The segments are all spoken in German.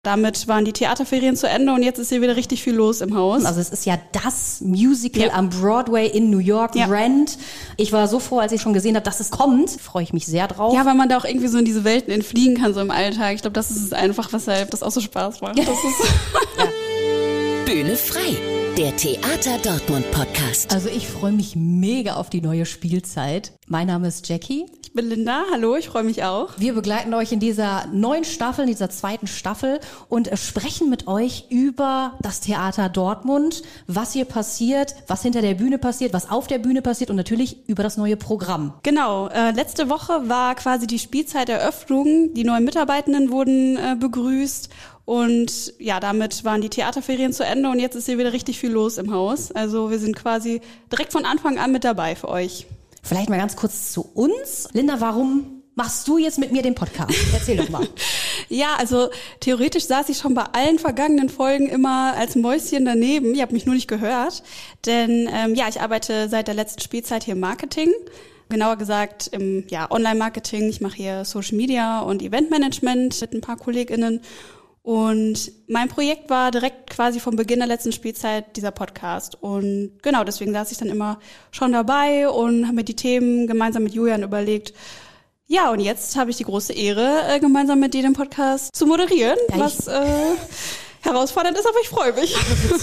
Damit waren die Theaterferien zu Ende und jetzt ist hier wieder richtig viel los im Haus. Also es ist ja das Musical am Broadway in New York, Rent. Ich war so froh, als ich schon gesehen habe, dass es kommt. Freue ich mich sehr drauf. Ja, weil man da auch irgendwie so in diese Welten entfliegen kann, so im Alltag. Ich glaube, das ist es einfach, weshalb das auch so Spaß macht. Das ist Bühne frei, der Theater Dortmund Podcast. Also ich freue mich mega auf die neue Spielzeit. Mein Name ist Jackie. Ich bin Linda, hallo, ich freue mich auch. Wir begleiten euch in dieser neuen Staffel, in dieser zweiten Staffel und sprechen mit euch über das Theater Dortmund, was hier passiert, was hinter der Bühne passiert, was auf der Bühne passiert und natürlich über das neue Programm. Genau, letzte Woche war quasi die Spielzeiteröffnung, die neuen Mitarbeitenden wurden begrüßt und ja, damit waren die Theaterferien zu Ende und jetzt ist hier wieder richtig viel los im Haus. Also wir sind quasi direkt von Anfang an mit dabei für euch. Vielleicht mal ganz kurz zu uns. Linda, warum machst du jetzt mit mir den Podcast? Erzähl doch mal. Ja, also theoretisch saß ich schon bei allen vergangenen Folgen immer als Mäuschen daneben. Ihr habt mich nur nicht gehört. Denn ich arbeite seit der letzten Spielzeit hier im Marketing. Genauer gesagt im Online-Marketing. Ich mache hier Social Media und Eventmanagement mit ein paar KollegInnen. Und mein Projekt war direkt quasi vom Beginn der letzten Spielzeit dieser Podcast. Und genau, deswegen saß ich dann immer schon dabei und habe mir die Themen gemeinsam mit Julian überlegt. Ja, und jetzt habe ich die große Ehre, gemeinsam mit dir den Podcast zu moderieren, was herausfordernd ist, aber ich freue mich.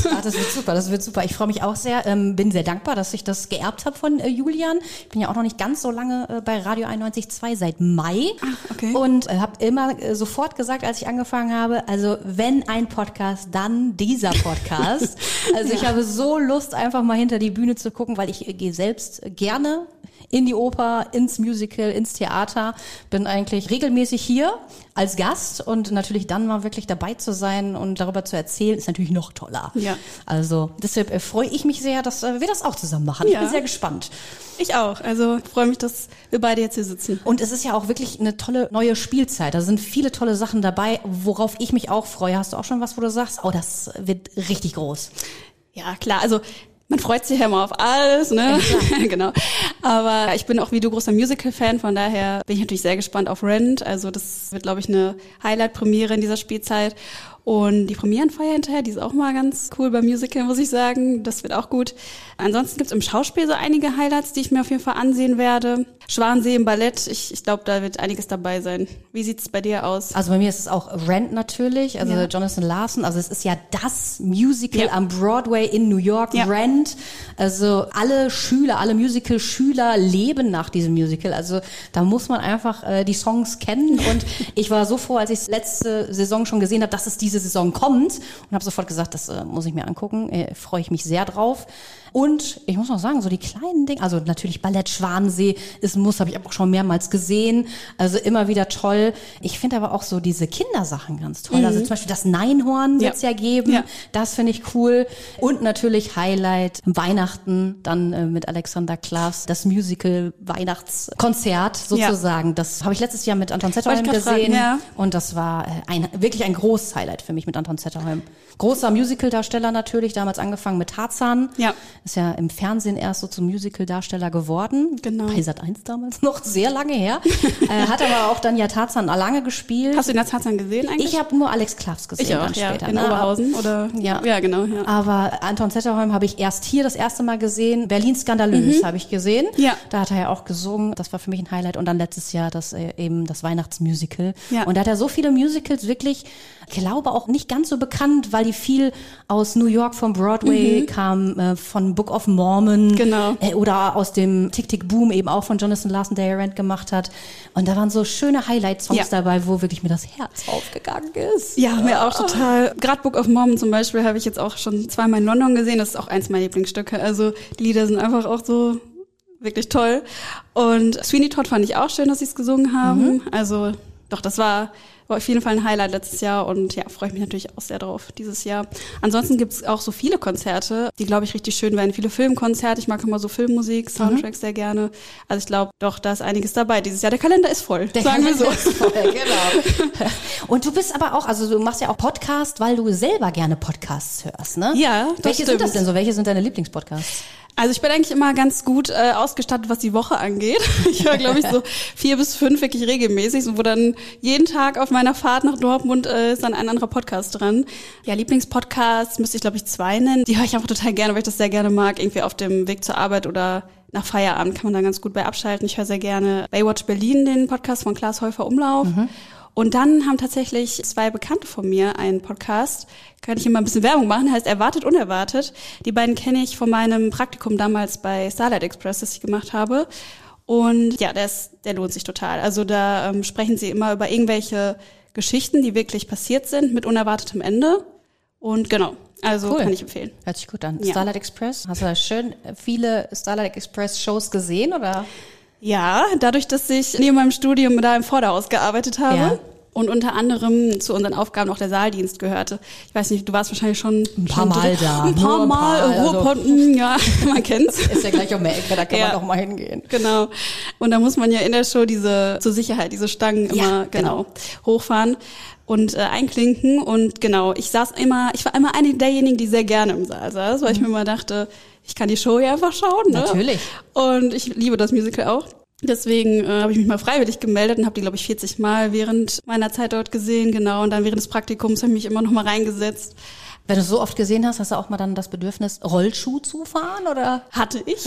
Das wird super. Ich freue mich auch sehr. Bin sehr dankbar, dass ich das geerbt habe von Julian. Ich bin ja auch noch nicht ganz so lange bei Radio 91.2, seit Mai. Ach, okay. Und habe immer sofort gesagt, als ich angefangen habe, also wenn ein Podcast, dann dieser Podcast. Also ich habe so Lust, einfach mal hinter die Bühne zu gucken, weil ich gehe selbst gerne in die Oper, ins Musical, ins Theater. Bin eigentlich regelmäßig hier als Gast und natürlich dann mal wirklich dabei zu sein und darüber zu erzählen, ist natürlich noch toller. Ja. Also deshalb freue ich mich sehr, dass wir das auch zusammen machen. Ja. Ich bin sehr gespannt. Ich auch. Also freue mich, dass wir beide jetzt hier sitzen. Und es ist ja auch wirklich eine tolle neue Spielzeit. Da sind viele tolle Sachen dabei, worauf ich mich auch freue. Hast du auch schon was, wo du sagst, oh, das wird richtig groß? Ja, klar. Also man freut sich ja immer auf alles, ne? Ja, genau. Aber ich bin auch wie du großer Musical-Fan, von daher bin ich natürlich sehr gespannt auf Rent. Also das wird, glaube ich, eine Highlight-Premiere in dieser Spielzeit. Und die Premierenfeier hinterher, die ist auch mal ganz cool beim Musical, muss ich sagen. Das wird auch gut. Ansonsten gibt's im Schauspiel so einige Highlights, die ich mir auf jeden Fall ansehen werde. Schwansee im Ballett, ich glaube, da wird einiges dabei sein. Wie sieht's bei dir aus? Also bei mir ist es auch Rent natürlich, also Jonathan Larson. Also es ist ja das Musical am Broadway in New York, Rent. Also alle Schüler, alle Musical-Schüler leben nach diesem Musical. Also da muss man einfach die Songs kennen. Und ich war so froh, als ich letzte Saison schon gesehen habe, dass es diese Saison kommt und habe sofort gesagt, das muss ich mir angucken, freue ich mich sehr drauf. Und ich muss noch sagen, so die kleinen Dinge, also natürlich Ballett Schwansee ist ein Muss, habe ich auch schon mehrmals gesehen, also immer wieder toll. Ich finde aber auch so diese Kindersachen ganz toll, also zum Beispiel das Neinhorn wird es ja geben, das finde ich cool. Und natürlich Highlight Weihnachten, dann mit Alexander Klavs, das Musical Weihnachtskonzert sozusagen. Das habe ich letztes Jahr mit Anton Zetterholm gesehen und das war wirklich ein großes Highlight für mich mit Anton Zetterholm. Großer Musicaldarsteller natürlich, damals angefangen mit Tarzan. Ja. Ist ja im Fernsehen erst so zum Musicaldarsteller geworden. Genau. Bei Sat.1 damals noch, sehr lange her. Hat aber auch dann Tarzan lange gespielt. Hast du den Tarzan gesehen eigentlich? Ich habe nur Alex Klavs gesehen. Ich auch, dann später. In Oberhausen oder? Ja, genau. Ja. Aber Anton Zetterholm habe ich erst hier das erste Mal gesehen. Berlin Skandalös habe ich gesehen. Ja. Da hat er ja auch gesungen. Das war für mich ein Highlight. Und dann letztes Jahr eben das Weihnachtsmusical. Ja. Und da hat er so viele Musicals wirklich, ich glaube auch nicht ganz so bekannt, weil die viel aus New York vom Broadway kamen, von Book of Mormon. Genau. Oder aus dem Tick Tick Boom eben auch von Jonathan Larson, der ja Rent gemacht hat. Und da waren so schöne Highlight-Songs dabei, wo wirklich mir das Herz aufgegangen ist. Ja, mir auch total. Gerade Book of Mormon zum Beispiel habe ich jetzt auch schon zweimal in London gesehen. Das ist auch eins meiner Lieblingsstücke. Also die Lieder sind einfach auch so wirklich toll. Und Sweeney Todd fand ich auch schön, dass sie es gesungen haben. Also doch, das war auf jeden Fall ein Highlight letztes Jahr und ja, freue ich mich natürlich auch sehr drauf dieses Jahr. Ansonsten gibt's auch so viele Konzerte, die, glaube ich, richtig schön werden. Viele Filmkonzerte, ich mag immer so Filmmusik, Soundtracks sehr gerne. Also ich glaube, doch, da ist einiges dabei dieses Jahr. Der Kalender ist voll, sagen wir so. Ist voll, genau. Und du bist aber auch, also du machst ja auch Podcast, weil du selber gerne Podcasts hörst, ne? Ja, das Welche stimmt. sind das denn so? Welche sind deine Lieblingspodcasts? Also ich bin eigentlich immer ganz gut ausgestattet, was die Woche angeht. Ich höre, glaube ich, so 4 bis 5 wirklich regelmäßig, so wo dann jeden Tag auf meiner Fahrt nach Dortmund ist dann ein anderer Podcast dran. Ja, Lieblingspodcasts müsste ich, glaube ich, 2 nennen. Die höre ich einfach total gerne, weil ich das sehr gerne mag. Irgendwie auf dem Weg zur Arbeit oder nach Feierabend kann man da ganz gut bei abschalten. Ich höre sehr gerne Baywatch Berlin, den Podcast von Klaas Häufer-Umlauf. Und dann haben tatsächlich 2 Bekannte von mir einen Podcast. Kann ich immer ein bisschen Werbung machen, heißt Erwartet Unerwartet. Die beiden kenne ich von meinem Praktikum damals bei Starlight Express, das ich gemacht habe. Und ja, der lohnt sich total. Also da sprechen sie immer über irgendwelche Geschichten, die wirklich passiert sind, mit unerwartetem Ende. Und genau, also Cool. kann ich empfehlen. Hört sich gut an. Ja. Starlight Express, hast du da schön viele Starlight Express Shows gesehen, oder? Ja, dadurch, dass ich neben meinem Studium da im Vorderhaus gearbeitet habe. Ja. Und unter anderem zu unseren Aufgaben auch der Saaldienst gehörte. Ich weiß nicht, du warst wahrscheinlich schon Ein paar Mal da. Ein paar Nur ein Mal, paar, Ruhrpott, ja, man kennt's. Ist ja gleich um die Ecke, da kann Ja. man doch mal hingehen. Genau. Und da muss man ja in der Show zur Sicherheit, diese Stangen immer, genau. hochfahren und einklinken. Und genau, ich war immer eine derjenigen, die sehr gerne im Saal saß, weil ich mir immer dachte, ich kann die Show ja einfach schauen. Ne? Natürlich. Und ich liebe das Musical auch. Deswegen habe ich mich mal freiwillig gemeldet und habe die, glaube ich, 40 Mal während meiner Zeit dort gesehen, genau. Und dann während des Praktikums habe ich mich immer noch mal reingesetzt. Wenn du es so oft gesehen hast, hast du auch mal dann das Bedürfnis, Rollschuh zu fahren, oder? Hatte ich.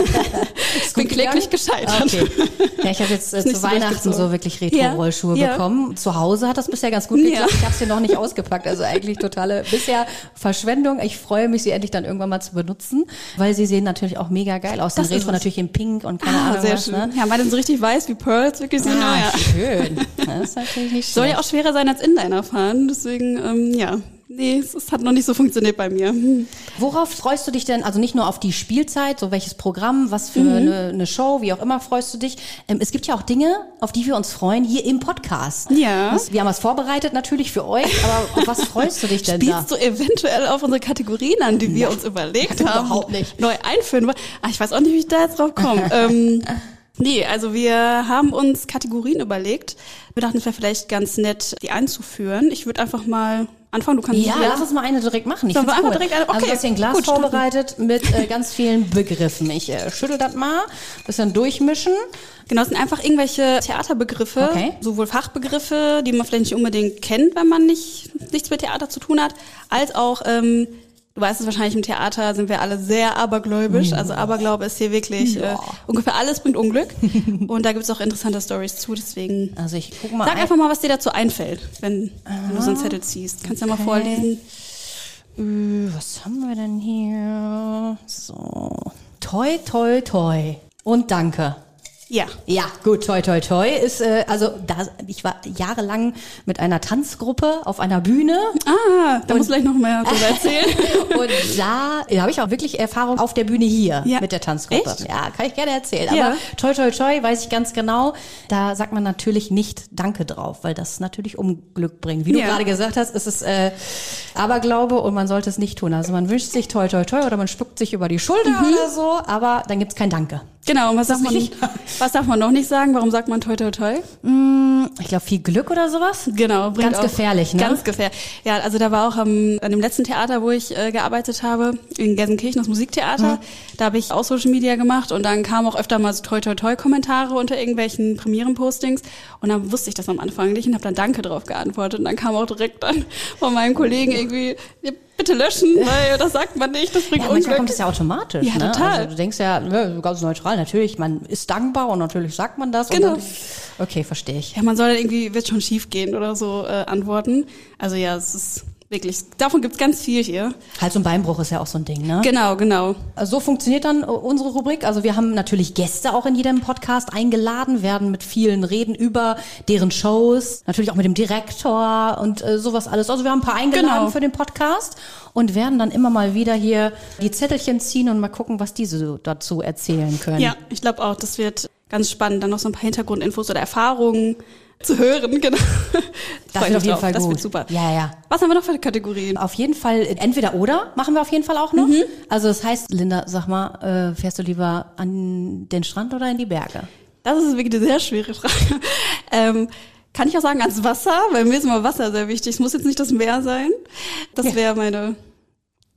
Ich bin kläglich gescheitert. Okay. Ja, ich habe jetzt nicht zu so Weihnachten durchgezogen. so wirklich Retro-Rollschuhe Ja. bekommen. Zu Hause hat das bisher ganz gut geklappt. Ja. Ich habe sie noch nicht ausgepackt. Also eigentlich totale bisher Verschwendung. Ich freue mich, sie endlich dann irgendwann mal zu benutzen, weil sie sehen natürlich auch mega geil aus. Den Das ist Retro es. natürlich in Pink und keine Ahnung sehr was. schön. Ne? Ja, meine sind so richtig weiß wie Pearls, wirklich so. Ah, Ja. schön. Das ist natürlich nicht Soll schlecht. ja auch schwerer sein als Inliner fahren, deswegen, ja. Nee, es hat noch nicht so funktioniert bei mir. Worauf freust du dich denn? Also nicht nur auf die Spielzeit, so welches Programm, was für eine Show, wie auch immer freust du dich. Es gibt ja auch Dinge, auf die wir uns freuen, hier im Podcast. Ja. Wir haben was vorbereitet natürlich für euch, aber auf was freust du dich denn da? Spielst du eventuell auf unsere Kategorien an, die wir uns überlegt haben? Überhaupt nicht. Neu einführen wollen? Ich weiß auch nicht, wie ich da jetzt drauf komme. Nee, also wir haben uns Kategorien überlegt. Wir dachten, es wäre vielleicht ganz nett, die einzuführen. Ich würde einfach mal anfangen. Du kannst Ja, lass uns mal eine direkt machen. Ich Sollen wir find's einfach cool. direkt eine? Okay, also du hast hier ein Glas gut, starten. vorbereitet mit ganz vielen Begriffen. Ich schüttel das mal, bisschen durchmischen. Genau, es sind einfach irgendwelche Theaterbegriffe, Okay. sowohl Fachbegriffe, die man vielleicht nicht unbedingt kennt, wenn man nichts mit Theater zu tun hat, als auch, du weißt es wahrscheinlich, im Theater sind wir alle sehr abergläubisch. Also Aberglaube ist hier wirklich, ungefähr alles bringt Unglück. Und da gibt es auch interessante Storys zu, deswegen Also ich guck mal. sag einfach mal, was dir dazu einfällt, wenn du so einen Zettel ziehst. Kannst ja mal vorlesen. Was haben wir denn hier? So. Toi, toi, toi. Und danke. Ja. Ja, gut, toi, toi, toi ist, ich war jahrelang mit einer Tanzgruppe auf einer Bühne. Da musst du gleich noch mehr drüber erzählen. Und da habe ich auch wirklich Erfahrung auf der Bühne hier Ja. mit der Tanzgruppe. Echt? Ja, kann ich gerne erzählen. Ja. Aber toi, toi, toi, weiß ich ganz genau, da sagt man natürlich nicht Danke drauf, weil das natürlich Unglück bringt. Wie du Ja. gerade gesagt hast, ist es Aberglaube und man sollte es nicht tun. Also man wünscht sich toi, toi, toi oder man spuckt sich über die Schulter oder so, aber dann gibt's kein Danke. Genau, und was darf man noch nicht sagen? Warum sagt man toi toi toi? Ich glaube, viel Glück oder sowas. Genau. bringt Ganz auch- gefährlich, ne? Ganz gefährlich. Ja, also da war auch an dem letzten Theater, wo ich gearbeitet habe, in Gelsenkirchen, das Musiktheater, da habe ich auch Social Media gemacht und dann kamen auch öfter mal so toi toi toi Kommentare unter irgendwelchen Premieren-Postings und dann wusste ich das am Anfang nicht und habe dann Danke drauf geantwortet und dann kam auch direkt dann von meinem Kollegen irgendwie, ja, bitte löschen, weil das sagt man nicht, das bringt Ja, manchmal Unglück. kommt es ja automatisch. Ja, ne? total. Also du denkst ja, ganz neutral, natürlich, man ist dankbar und natürlich sagt man das. Genau. Und dann, okay, verstehe ich. Ja, man soll dann irgendwie, wird schon schief gehen oder so antworten. Also ja, es ist wirklich, davon gibt's ganz viel hier. Hals- und Beinbruch ist ja auch so ein Ding, ne? Genau. So funktioniert dann unsere Rubrik. Also wir haben natürlich Gäste auch in jedem Podcast eingeladen, werden mit vielen reden über deren Shows, natürlich auch mit dem Direktor und sowas alles. Also wir haben ein paar eingeladen Genau. für den Podcast und werden dann immer mal wieder hier die Zettelchen ziehen und mal gucken, was diese so dazu erzählen können. Ja, ich glaube auch, das wird ganz spannend, dann noch so ein paar Hintergrundinfos oder Erfahrungen zu hören. Genau. Das wird auf jeden Fall Das gut. wird super. Ja. Was haben wir noch für Kategorien? Auf jeden Fall entweder oder machen wir auf jeden Fall auch noch. Also das heißt, Linda, sag mal, fährst du lieber an den Strand oder in die Berge? Das ist wirklich eine sehr schwere Frage. Kann ich auch sagen, ans Wasser, weil mir ist immer Wasser sehr wichtig. Es muss jetzt nicht das Meer sein. Das wäre meine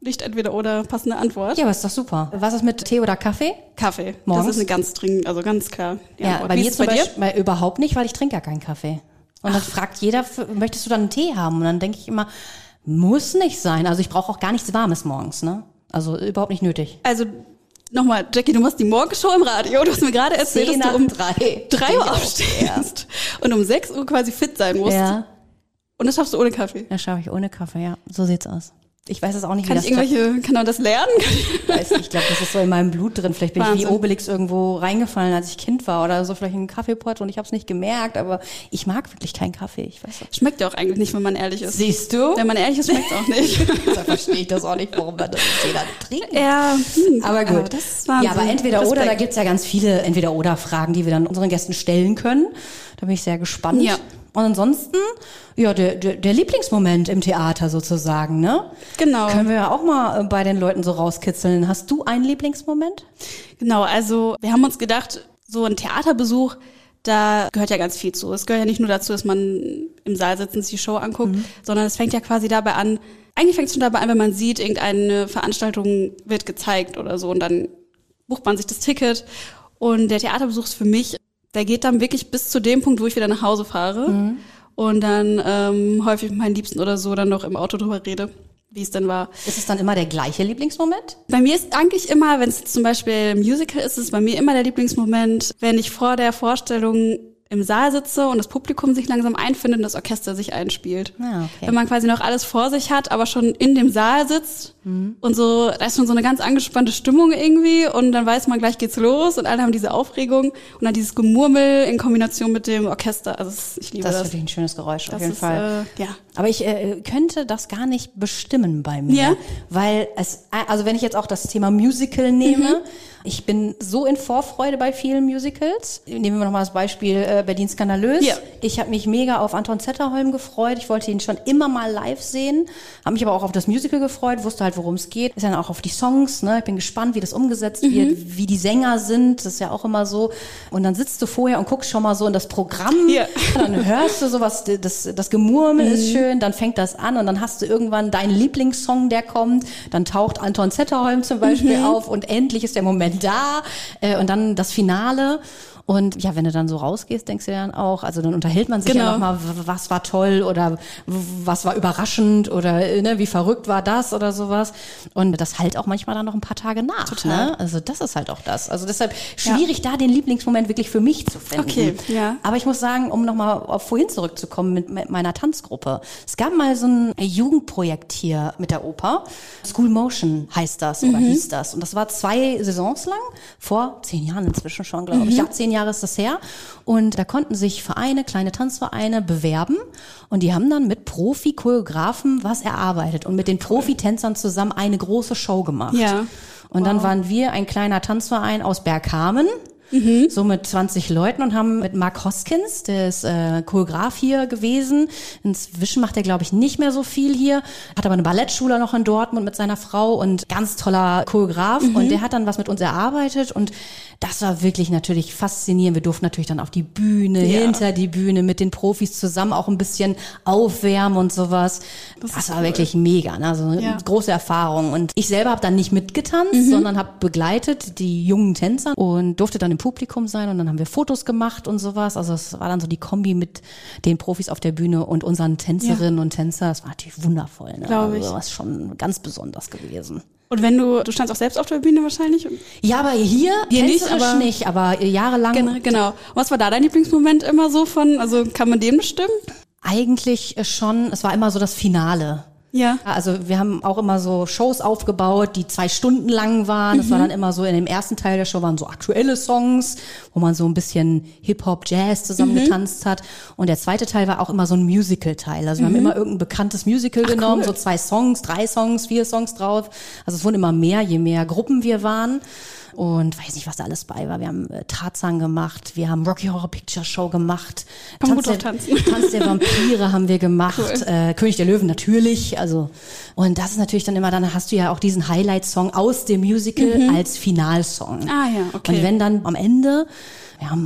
nicht entweder oder passende Antwort. Ja, aber ist doch super. Was ist mit Tee oder Kaffee? Kaffee. Morgens? Das ist eine ganz dringend, also ganz klar. Ja, bei mir zum Beispiel überhaupt nicht, weil ich trinke ja keinen Kaffee. Und dann fragt jeder, möchtest du dann einen Tee haben? Und dann denke ich immer, muss nicht sein. Also ich brauche auch gar nichts Warmes morgens, ne? Also überhaupt nicht nötig. Also nochmal, Jackie, du machst die Morgenshow im Radio. Du hast mir gerade erzählt, dass du um 3 Uhr aufstehst und um 6 Uhr quasi fit sein musst. Ja. Und das schaffst du ohne Kaffee? Das schaffe ich ohne Kaffee, ja. So sieht's aus. Ich weiß es auch nicht, kann man das lernen? Ich weiß nicht, ich glaube, das ist so in meinem Blut drin. Vielleicht bin ich wie Obelix irgendwo reingefallen, als ich Kind war oder so, vielleicht in einen Kaffeepott und ich habe es nicht gemerkt, aber ich mag wirklich keinen Kaffee. Ich weiß nicht. Schmeckt ja auch eigentlich nicht, wenn man ehrlich ist. Siehst du? Wenn man ehrlich ist, schmeckt es auch nicht. Da verstehe ich das auch nicht, warum man das jeder trinkt. Ja, aber gut. Aber das ist Wahnsinn. Ja, aber entweder Respekt. oder, da gibt's ja ganz viele Entweder-oder-Fragen, die wir dann unseren Gästen stellen können. Da bin ich sehr gespannt. Ja. Und ansonsten, ja, der Lieblingsmoment im Theater sozusagen, ne? Genau. Können wir ja auch mal bei den Leuten so rauskitzeln. Hast du einen Lieblingsmoment? Genau, also wir haben uns gedacht, so ein Theaterbesuch, da gehört ja ganz viel zu. Es gehört ja nicht nur dazu, dass man im Saal sitzt und sich die Show anguckt, sondern es fängt ja quasi dabei an, eigentlich fängt es schon dabei an, wenn man sieht, irgendeine Veranstaltung wird gezeigt oder so und dann bucht man sich das Ticket. Und der Theaterbesuch ist für mich, der geht dann wirklich bis zu dem Punkt, wo ich wieder nach Hause fahre und dann häufig mit meinen Liebsten oder so dann noch im Auto drüber rede, wie es denn war. Ist es dann immer der gleiche Lieblingsmoment? Bei mir ist eigentlich immer, wenn es zum Beispiel Musical ist, ist es bei mir immer der Lieblingsmoment, wenn ich vor der Vorstellung im Saal sitze und das Publikum sich langsam einfindet und das Orchester sich einspielt. Ah, okay. Wenn man quasi noch alles vor sich hat, aber schon in dem Saal sitzt und so, da ist schon so eine ganz angespannte Stimmung irgendwie und dann weiß man, gleich geht's los und alle haben diese Aufregung und dann dieses Gemurmel in Kombination mit dem Orchester. Also ich liebe das. Das ist wirklich ein schönes Geräusch, auf jeden ist, Fall. Ja. Aber ich könnte das gar nicht bestimmen bei mir, Ja? weil also wenn ich jetzt auch das Thema Musical nehme, ich bin so in Vorfreude bei vielen Musicals. Nehmen wir nochmal das Beispiel Berlin Skandalös. Ja. Ich habe mich mega auf Anton Zetterholm gefreut. Ich wollte ihn schon immer mal live sehen, habe mich aber auch auf das Musical gefreut, wusste halt, worum es geht. Ist ja dann auch auf die Songs, ne? Ich bin gespannt, wie das umgesetzt wird, wie die Sänger sind. Das ist ja auch immer so. Und dann sitzt du vorher und guckst schon mal so in das Programm. Ja. Dann hörst du sowas, das Gemurmel ist schön, dann fängt das an und dann hast du irgendwann deinen Lieblingssong, der kommt. Dann taucht Anton Zetterholm zum Beispiel auf und endlich ist der Moment da. Und dann das Finale. Und ja, wenn du dann so rausgehst, denkst du dann auch, also dann unterhält man sich ja nochmal, was war toll oder was war überraschend oder ne, wie verrückt war das oder sowas. Und das halt auch manchmal dann noch ein paar Tage nach. Total. Ne? Also das ist halt auch das. Also deshalb schwierig, da den Lieblingsmoment wirklich für mich zu finden. Okay, ja. Aber ich muss sagen, um nochmal auf vorhin zurückzukommen mit meiner Tanzgruppe. Es gab mal so ein Jugendprojekt hier mit der Oper. School Motion heißt das oder hieß das. Und das war 2 Saisons lang, vor 10 Jahren inzwischen schon, glaube ich. Ja, 10 Jahre ist das her. Und da konnten sich Vereine, kleine Tanzvereine bewerben. Und die haben dann mit Profi-Choreografen was erarbeitet und mit den Profitänzern zusammen eine große Show gemacht. Ja. Und dann waren wir ein kleiner Tanzverein aus Bergkamen. So mit 20 Leuten und haben mit Mark Hoskins, der ist Choreograf hier gewesen. Inzwischen macht er, glaube ich, nicht mehr so viel hier. Hat aber eine Ballettschule noch in Dortmund mit seiner Frau und ganz toller Choreograf. Und der hat dann was mit uns erarbeitet und das war wirklich natürlich faszinierend. Wir durften natürlich dann auf die Bühne, hinter die Bühne mit den Profis zusammen auch ein bisschen aufwärmen und sowas. Das war wirklich mega, ne? Also eine große Erfahrung. Und ich selber habe dann nicht mitgetanzt, sondern habe begleitet die jungen Tänzer und durfte dann im Publikum sein und dann haben wir Fotos gemacht und sowas. Also es war dann so die Kombi mit den Profis auf der Bühne und unseren Tänzerinnen und Tänzer. Das war natürlich wundervoll, ne? Glaube ich. Also das ist schon ganz besonders gewesen. Und wenn du standst auch selbst auf der Bühne wahrscheinlich? Ja, aber hier tänzerisch nicht, aber jahrelang. Genau. Und was war da dein Lieblingsmoment immer so also kann man den bestimmen? Eigentlich schon, es war immer so das Finale. Ja. Also wir haben auch immer so Shows aufgebaut, die 2 Stunden lang waren. Das war dann immer so, in dem ersten Teil der Show waren so aktuelle Songs, wo man so ein bisschen Hip-Hop, Jazz zusammen getanzt hat. Und der zweite Teil war auch immer so ein Musical-Teil. Also wir haben immer irgendein bekanntes Musical genommen, cool. so 2 Songs, 3 Songs, 4 Songs drauf. Also es wurden immer mehr, je mehr Gruppen wir waren. Und weiß nicht, was da alles bei war. Wir haben Tarzan gemacht, wir haben Rocky Horror Picture Show gemacht. Tanz der Vampire haben wir gemacht, cool. König der Löwen natürlich. Also und das ist natürlich dann immer, dann hast du ja auch diesen Highlight-Song aus dem Musical als Finalsong. Ah ja, okay. Und wenn dann am Ende, wir haben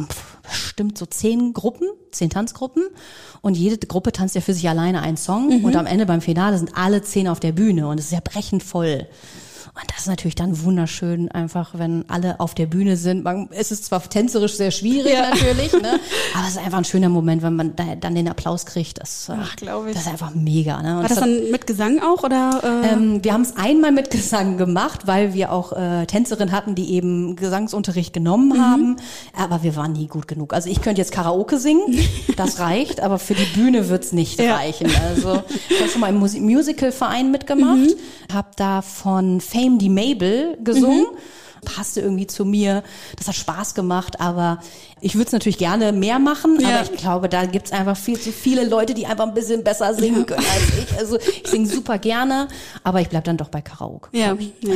bestimmt so 10 Tanzgruppen und jede Gruppe tanzt ja für sich alleine einen Song und am Ende beim Finale sind alle 10 auf der Bühne und es ist ja brechend voll. Und das ist natürlich dann wunderschön, einfach, wenn alle auf der Bühne sind. Es ist zwar tänzerisch sehr schwierig natürlich, ne? Aber es ist einfach ein schöner Moment, wenn man dann den Applaus kriegt. Das ist einfach mega. Ne? Und war das dann mit Gesang auch? Oder? Wir haben es einmal mit Gesang gemacht, weil wir auch Tänzerinnen hatten, die eben Gesangsunterricht genommen haben. Aber wir waren nie gut genug. Also ich könnte jetzt Karaoke singen, das reicht, aber für die Bühne wird's nicht reichen. Also ich habe schon mal im Musical-Verein mitgemacht, habe da von Fame die Mabel gesungen, passte irgendwie zu mir, das hat Spaß gemacht, aber ich würde es natürlich gerne mehr machen, aber ich glaube, da gibt's einfach viel zu viele Leute, die einfach ein bisschen besser singen können als ich. Also ich singe super gerne, aber ich bleib dann doch bei Karaoke. Ja,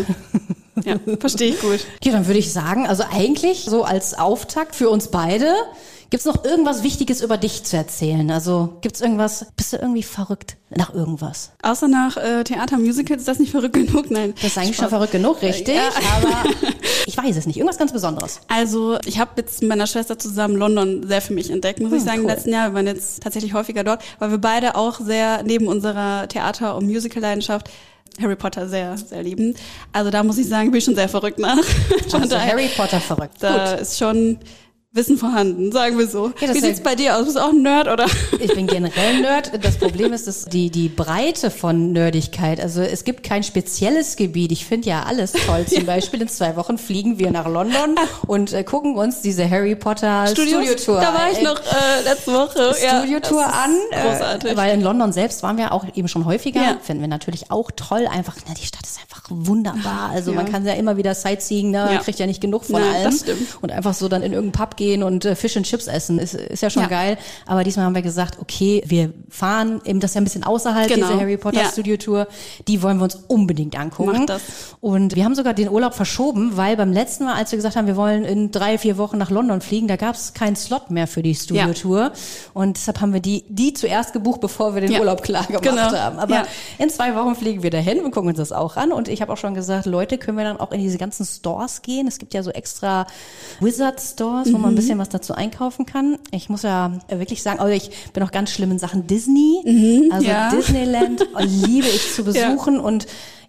verstehe ich gut. Ja, dann würde ich sagen, also eigentlich so als Auftakt für uns beide, gibt's noch irgendwas Wichtiges über dich zu erzählen? Also gibt's irgendwas, bist du irgendwie verrückt nach irgendwas? Außer nach Theater, Musicals, ist das nicht verrückt genug? Nein. Das ist eigentlich schon verrückt genug, richtig, aber ich weiß es nicht. Irgendwas ganz Besonderes. Also ich habe jetzt mit meiner Schwester zusammen London sehr für mich entdeckt, muss ich sagen, im letzten Jahr. Wir waren jetzt tatsächlich häufiger dort, weil wir beide auch sehr neben unserer Theater- und Musical-Leidenschaft Harry Potter sehr, sehr lieben. Also da muss ich sagen, bin ich schon sehr verrückt nach. Also Harry Potter verrückt. Da ist schon Wissen vorhanden, sagen wir so. Ja, wie sieht's bei dir aus? Bist du auch ein Nerd, oder? Ich bin generell Nerd. Das Problem ist, dass die Breite von Nerdigkeit, also es gibt kein spezielles Gebiet. Ich finde ja alles toll. Zum Beispiel in 2 Wochen fliegen wir nach London und gucken uns diese Harry Potter Studio-Tour. Da war ich noch letzte Woche. Studio-Tour an. Großartig. Weil in London selbst waren wir auch eben schon häufiger. Ja. Finden wir natürlich auch toll. Einfach, die Stadt ist einfach wunderbar. Also man kann ja immer wieder Sightseeing, ne? Man kriegt ja nicht genug von allem. Das stimmt. Und einfach so dann in irgendeinen Pub gehen und Fish and Chips essen, ist ja schon geil. Aber diesmal haben wir gesagt, okay, wir fahren eben das ja ein bisschen außerhalb, diese Harry Potter Studio Tour. Die wollen wir uns unbedingt angucken. Macht das. Und wir haben sogar den Urlaub verschoben, weil beim letzten Mal, als wir gesagt haben, wir wollen in 3-4 Wochen nach London fliegen, da gab es keinen Slot mehr für die Studio Tour. Und deshalb haben wir die zuerst gebucht, bevor wir den Urlaub klar gemacht haben. Aber in 2 Wochen fliegen wir dahin und gucken uns das auch an. Und ich habe auch schon gesagt, Leute, können wir dann auch in diese ganzen Stores gehen? Es gibt ja so extra Wizard Stores, wo man ein bisschen was dazu einkaufen kann. Ich muss ja wirklich sagen, ich bin auch ganz schlimm in Sachen Disney. Also Disneyland liebe ich zu besuchen und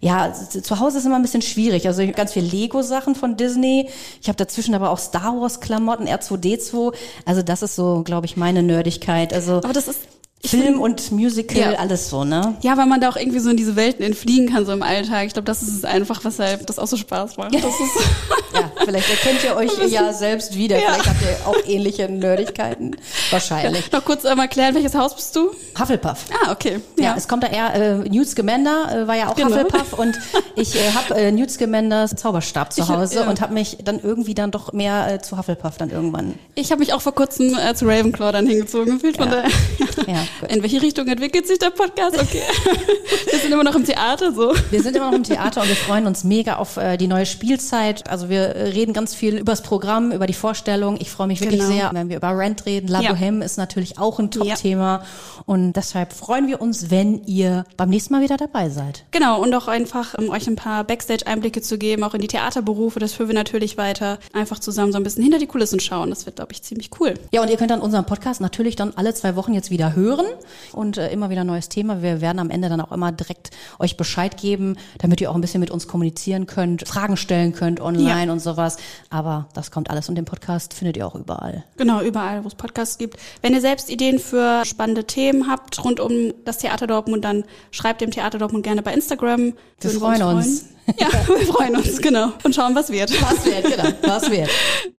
zu Hause ist immer ein bisschen schwierig. Also ich habe ganz viel Lego-Sachen von Disney. Ich habe dazwischen aber auch Star Wars-Klamotten, R2-D2. Also das ist so, glaube ich, meine Nerdigkeit. Also aber das ist Film und Musical, alles so, ne? Ja, weil man da auch irgendwie so in diese Welten entfliehen kann, so im Alltag. Ich glaube, das ist es einfach, weshalb das auch so Spaß macht. Das ist vielleicht erkennt ihr euch ja selbst wieder. Vielleicht habt ihr auch ähnliche Nerdigkeiten. Wahrscheinlich. Noch kurz einmal klären, welches Haus bist du? Hufflepuff. Ah, okay. Ja, es kommt da eher, Newt Scamander war ja auch Hufflepuff und ich habe Newt Scamanders Zauberstab zu Hause und habe mich dann irgendwie dann doch mehr zu Hufflepuff dann irgendwann. Ich habe mich auch vor kurzem zu Ravenclaw dann hingezogen gefühlt. Von daher. In welche Richtung entwickelt sich der Podcast? Okay. Wir sind immer noch im Theater so. Wir sind immer noch im Theater und wir freuen uns mega auf die neue Spielzeit. Also wir reden ganz viel über das Programm, über die Vorstellung. Ich freue mich wirklich sehr, wenn wir über Rent reden. La Bohème ist natürlich auch ein Top-Thema. Und deshalb freuen wir uns, wenn ihr beim nächsten Mal wieder dabei seid. Genau, und auch einfach, euch ein paar Backstage-Einblicke zu geben, auch in die Theaterberufe. Das führen wir natürlich weiter. Einfach zusammen so ein bisschen hinter die Kulissen schauen. Das wird, glaube ich, ziemlich cool. Ja, und ihr könnt dann unseren Podcast natürlich dann alle 2 Wochen jetzt wieder hören. Und immer wieder ein neues Thema. Wir werden am Ende dann auch immer direkt euch Bescheid geben, damit ihr auch ein bisschen mit uns kommunizieren könnt, Fragen stellen könnt online und sowas. Aber das kommt alles und den Podcast findet ihr auch überall. Genau, überall, wo es Podcasts gibt. Wenn ihr selbst Ideen für spannende Themen habt rund um das Theater Dortmund, dann schreibt dem Theater Dortmund gerne bei Instagram. Wir freuen uns. Ja, wir freuen uns, genau. Und schauen, was wird. Was wird, genau. Was wird.